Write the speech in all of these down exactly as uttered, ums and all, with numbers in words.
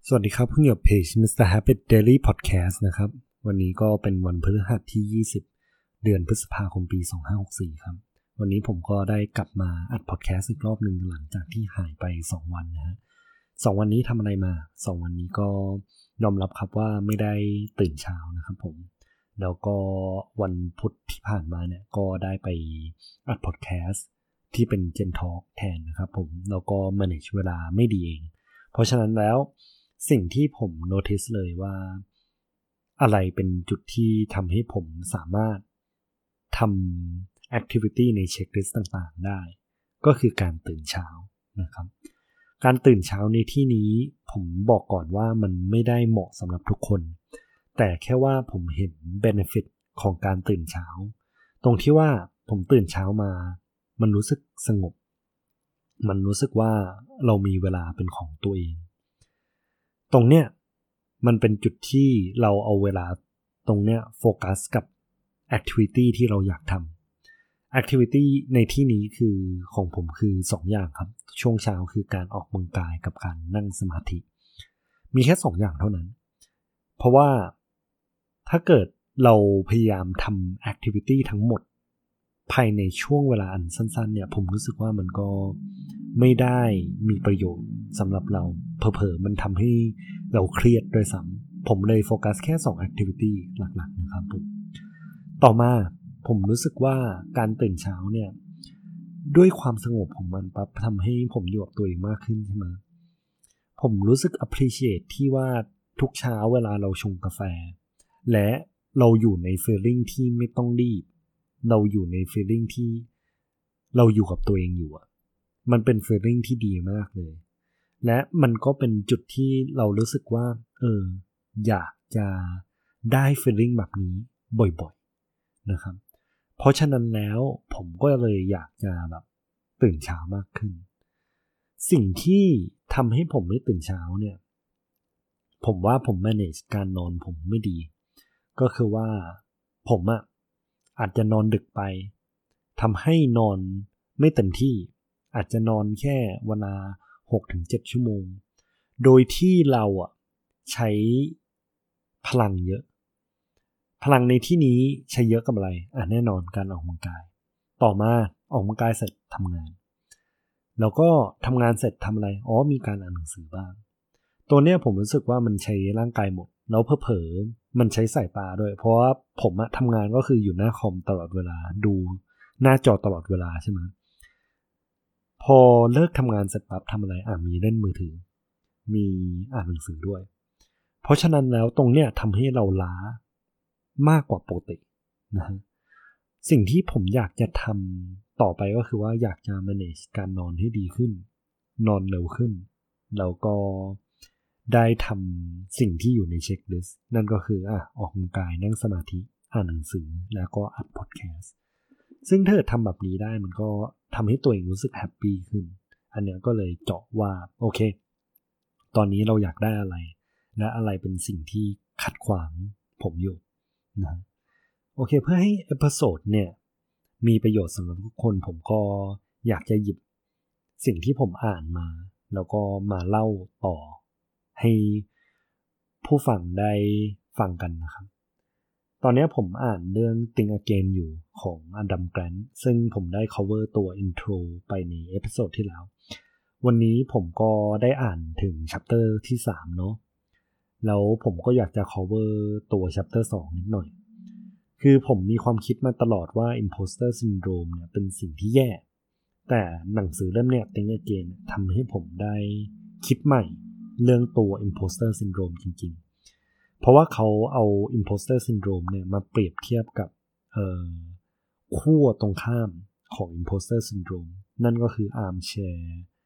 สวัสดีครับคุณอยู่กับเพจ มิสเตอร์ Happy Daily Podcast นะครับวันนี้ก็เป็นวันพฤหัสที่ยี่สิบเดือนพฤษภาคมปีสองพันห้าร้อยหกสิบสี่ครับวันนี้ผมก็ได้กลับมาอัดพอดแคสต์อีกรอบนึงหลังจากที่หายไปสองวันนะฮะสองวันนี้ทำอะไรมาสองวันนี้ก็ยอมรับครับว่าไม่ได้ตื่นเช้านะครับผมแล้วก็วันพุธที่ผ่านมาเนี่ยก็ได้ไปอัดพอดแคสต์ที่เป็น Gen Talk แทนนะครับผมแล้วก็ manage เวลาไม่ดีเองเพราะฉะนั้นแล้วสิ่งที่ผม notice เลยว่าอะไรเป็นจุดที่ทำให้ผมสามารถทำ activity ใน checklist ต่างๆได้ก็คือการตื่นเช้านะครับการตื่นเช้าในที่นี้ผมบอกก่อนว่ามันไม่ได้เหมาะสำหรับทุกคนแต่แค่ว่าผมเห็น benefit ของการตื่นเช้าตรงที่ว่าผมตื่นเช้ามามันรู้สึกสงบมันรู้สึกว่าเรามีเวลาเป็นของตัวเองตรงเนี้ยมันเป็นจุดที่เราเอาเวลาตรงเนี้ยโฟกัสกับ activity ที่เราอยากทำ activity ในที่นี้คือของผมคือสองอย่างครับช่วงเช้าคือการออกกำลังกายกับการนั่งสมาธิมีแค่สองอย่างเท่านั้นเพราะว่าถ้าเกิดเราพยายามทำ activity ทั้งหมดภายในช่วงเวลาอันสั้นๆเนี่ยผมรู้สึกว่ามันก็ไม่ได้มีประโยชน์สำหรับเราเผลอๆมันทำให้เราเครียดด้วยซ้ำผมเลยโฟกัสแค่สอง activity หลักๆนะครับผมต่อมาผมรู้สึกว่าการตื่นเช้าเนี่ยด้วยความสงบของมันปั๊บทำให้ผมอยู่กับตัวเองมากขึ้นใช่ไหมผมรู้สึก appreciate ที่ว่าทุกเช้าเวลาเราชงกาแฟและเราอยู่ใน feeling ที่ไม่ต้องรีบเราอยู่ใน feeling ที่เราอยู่กับตัวเองอยู่อ่ะมันเป็น feeling ที่ดีมากเลยและมันก็เป็นจุดที่เรารู้สึกว่าเอออยากจะได้ feeling แบบนี้บ่อยๆนะครับเพราะฉะนั้นแล้วผมก็เลยอยากจะแบบตื่นเช้ามากขึ้นสิ่งที่ทำให้ผมไม่ตื่นเช้าเนี่ยผมว่าผม manage การนอนผมไม่ดีก็คือว่าผมอ่ะอาจจะนอนดึกไปทำให้นอนไม่เต็มที่อาจจะนอนแค่เวลา หกถึงเจ็ด ชั่วโมงโดยที่เราอ่ะใช้พลังเยอะพลังในที่นี้ใช้เยอะกับอะไรอ่ะแน่นอนการออกกำลังกายต่อมาออกกำลังกายเสร็จทำงานแล้วก็ทำงานเสร็จทำอะไรอ๋อมีการอ่านหนังสือบ้างตัวเนี้ยผมรู้สึกว่ามันใช้ร่างกายหมดแล้วเผลอๆมันใช้สายตาด้วยเพราะว่าผมอะทำงานก็คืออยู่หน้าคอมตลอดเวลาดูหน้าจอตลอดเวลาใช่ไหมพอเลิกทำงานเสร็จปั๊บทำอะไรอ่ะมีเล่นมือถือมีอ่านหนังสือด้วยเพราะฉะนั้นแล้วตรงเนี้ยทำให้เราล้ามากกว่าปกตินะฮะสิ่งที่ผมอยากจะทำต่อไปก็คือว่าอยากจะ manage การนอนให้ดีขึ้นนอนเร็วขึ้นแล้วก็ได้ทำสิ่งที่อยู่ในเช็คลิสต์นั่นก็คืออ่ะออกกำลังกายนั่งสมาธิอ่านหนังสือแล้วก็อัดพอดแคสต์ซึ่งถ้าทำแบบนี้ได้มันก็ทำให้ตัวเองรู้สึกแฮปปี้ขึ้นอันเนี้ยก็เลยเจาะว่าโอเคตอนนี้เราอยากได้อะไรและอะไรเป็นสิ่งที่ขัดขวางผมอยู่นะโอเคเพื่อให้เอพิโซดเนี่ยมีประโยชน์สำหรับทุกคนผมก็อยากจะหยิบสิ่งที่ผมอ่านมาแล้วก็มาเล่าต่อให้ผู้ฟังได้ฟังกันนะครับตอนนี้ผมอ่านเรื่อง Think Again อยู่ของอดัม แกรนท์ซึ่งผมได้ cover ตัว intro ไปในเอพิโซดที่แล้ววันนี้ผมก็ได้อ่านถึง chapter ที่สามเนาะแล้วผมก็อยากจะ cover ตัว chapter สองนิดหน่อยคือผมมีความคิดมาตลอดว่า imposter syndrome เนี่ยเป็นสิ่งที่แย่แต่หนังสือเล่มเนี้ย Think Again ทำให้ผมได้คิดใหม่เรื่องตัว imposter syndrome จริงๆเพราะว่าเขาเอา imposter syndrome เนี่ยมาเปรียบเทียบกับเอ่อขั้วตรงข้ามของ imposter syndrome นั่นก็คือ armchair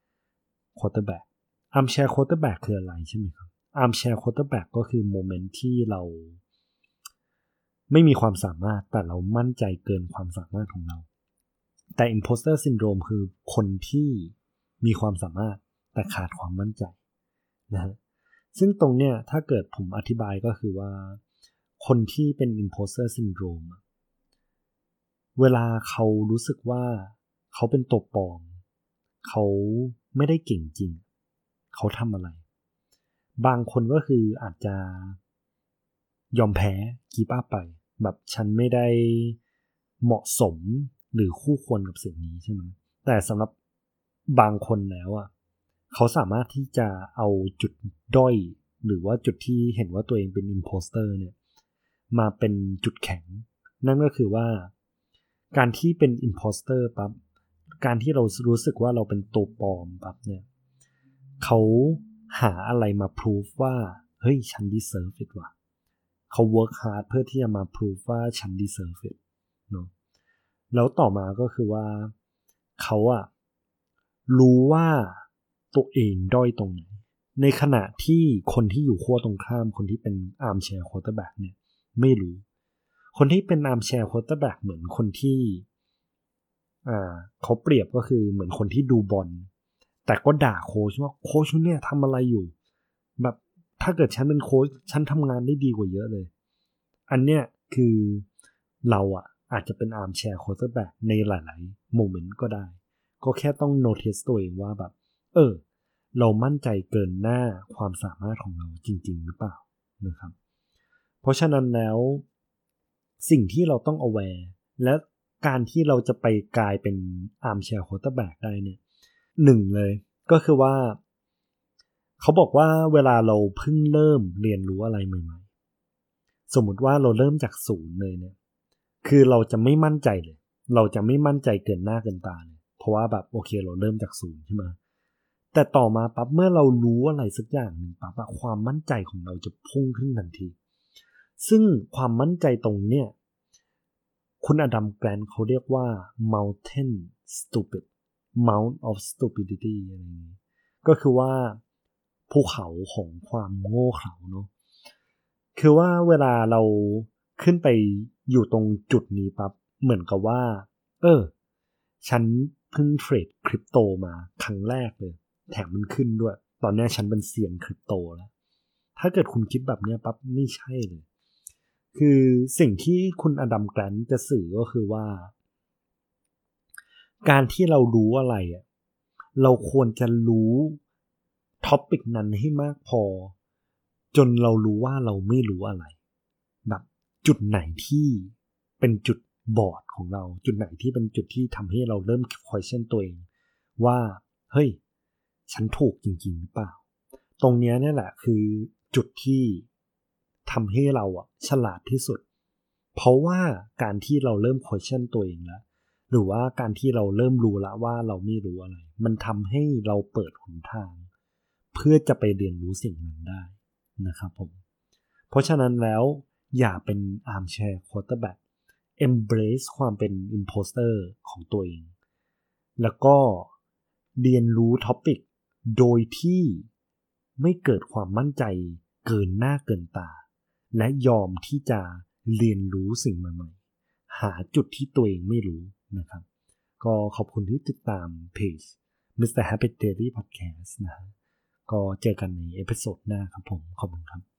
quarterback armchair quarterback คืออะไรใช่ไหมครับ armchair quarterback ก็คือโมเมนต์ที่เราไม่มีความสามารถแต่เรามั่นใจเกินความสามารถของเราแต่ imposter syndrome คือคนที่มีความสามารถแต่ขาดความมั่นใจนะฮะซึ่งตรงเนี้ยถ้าเกิดผมอธิบายก็คือว่าคนที่เป็น imposter syndrome เวลาเขารู้สึกว่าเขาเป็นตัวปลอมเขาไม่ได้เก่งจริงเขาทำอะไรบางคนก็คืออาจจะยอมแพ้กีบอัพไปแบบฉันไม่ได้เหมาะสมหรือคู่ควรกับสิ่งนี้ใช่ไหมแต่สำหรับบางคนแล้วอ่ะเขาสามารถที่จะเอาจุดด้อยหรือว่าจุดที่เห็นว่าตัวเองเป็นอิมโพสเตอร์เนี่ยมาเป็นจุดแข็งนั่นก็คือว่าการที่เป็นอิมโพสเตอร์ปั๊บการที่เรารู้สึกว่าเราเป็นตัวปลอมปั๊บเนี่ยเขาหาอะไรมาพิสูจว่าเฮ้ยฉัน deserve it ว่ะเขา work hard เพื่อที่จะมาพิสูจว่าฉัน deserve it เนาะแล้วต่อมาก็คือว่าเขาอะรู้ว่าตัวเองด้อยตรงไหนในขณะที่คนที่อยู่ขั้วตรงข้ามคนที่เป็น armchair quarterback เนี่ยไม่รู้คนที่เป็น armchair quarterback เหมือนคนที่อ่าเขาเปรียบก็คือเหมือนคนที่ดูบอลแต่ก็ด่าโค้ชว่าโค้ชเนี่ยทำอะไรอยู่แบบถ้าเกิดฉันเป็นโค้ชฉันทำงานได้ดีกว่าเยอะเลยอันเนี้ยคือเราอ่ะอาจจะเป็น armchair quarterback ในหลายๆโมเมนต์ก็ได้ก็แค่ต้อง notice ตัวเองว่าแบบเออเรามั่นใจเกินหน้าความสามารถของเราจริงๆหรือเปล่านะครับเพราะฉะนั้นแล้วสิ่งที่เราต้อง aware และการที่เราจะไปกลายเป็น armchair quarterback ได้เนี่ยหนึ่งเลยก็คือว่าเขาบอกว่าเวลาเราเพิ่งเริ่มเรียนรู้อะไรใหม่ๆสมมุติว่าเราเริ่มจากศูนย์เลยเนี่ยคือเราจะไม่มั่นใจเลยเราจะไม่มั่นใจเกินหน้าเกินตาเลยเพราะว่าแบบโอเคเราเริ่มจากศูนย์ใช่ไหมแต่ต่อมาปั๊บเมื่อเรารู้อะไรสักอย่างหนึ่งปั๊บอะความมั่นใจของเราจะพุ่งขึ้นทันทีซึ่งความมั่นใจตรงเนี้ยคุณอดัมแกรนท์เขาเรียกว่า mountain stupid mount of stupidity อะไรอย่างนี้ก็คือว่าภูเขาของความโง่เขลาเนาะคือว่าเวลาเราขึ้นไปอยู่ตรงจุดนี้ปั๊บเหมือนกับว่าเออฉันเพิ่งเทรดคริปโตมาครั้งแรกเลยแถมมันขึ้นด้วยตอนนี้ฉันเป็นเซียนคริปโตแล้วถ้าเกิดคุณคิดแบบนี้ปั๊บไม่ใช่เลยคือสิ่งที่คุณอดัมแกรนท์จะสื่อก็คือว่าการที่เรารู้อะไรอ่ะเราควรจะรู้ท็อปิกนั้นให้มากพอจนเรารู้ว่าเราไม่รู้อะไรแบบจุดไหนที่เป็นจุดบอดของเราจุดไหนที่เป็นจุดที่ทำให้เราเริ่ม question ตัวเองว่าเฮ้ยฉันถูกจริงๆหรือเปล่าตรงนี้เนี่ยแหละคือจุดที่ทำให้เราอ่ะฉลาดที่สุดเพราะว่าการที่เราเริ่ม question ตัวเองแล้วหรือว่าการที่เราเริ่มรู้แล้วว่าเราไม่รู้อะไรมันทำให้เราเปิดหนทางเพื่อจะไปเรียนรู้สิ่งนั้นได้นะครับผมเพราะฉะนั้นแล้วอย่าเป็น armchair quarterback embrace ความเป็น imposter ของตัวเองแล้วก็เรียนรู้ท็อปิกโดยที่ไม่เกิดความมั่นใจเกินหน้าเกินตาและยอมที่จะเรียนรู้สิ่งใหม่ๆหาจุดที่ตัวเองไม่รู้นะครับก็ขอบคุณที่ติดตามเพจ มิสเตอร์ Happy Daily Podcast นะฮะก็เจอกันในเอพิโซดหน้าครับผมขอบคุณครับ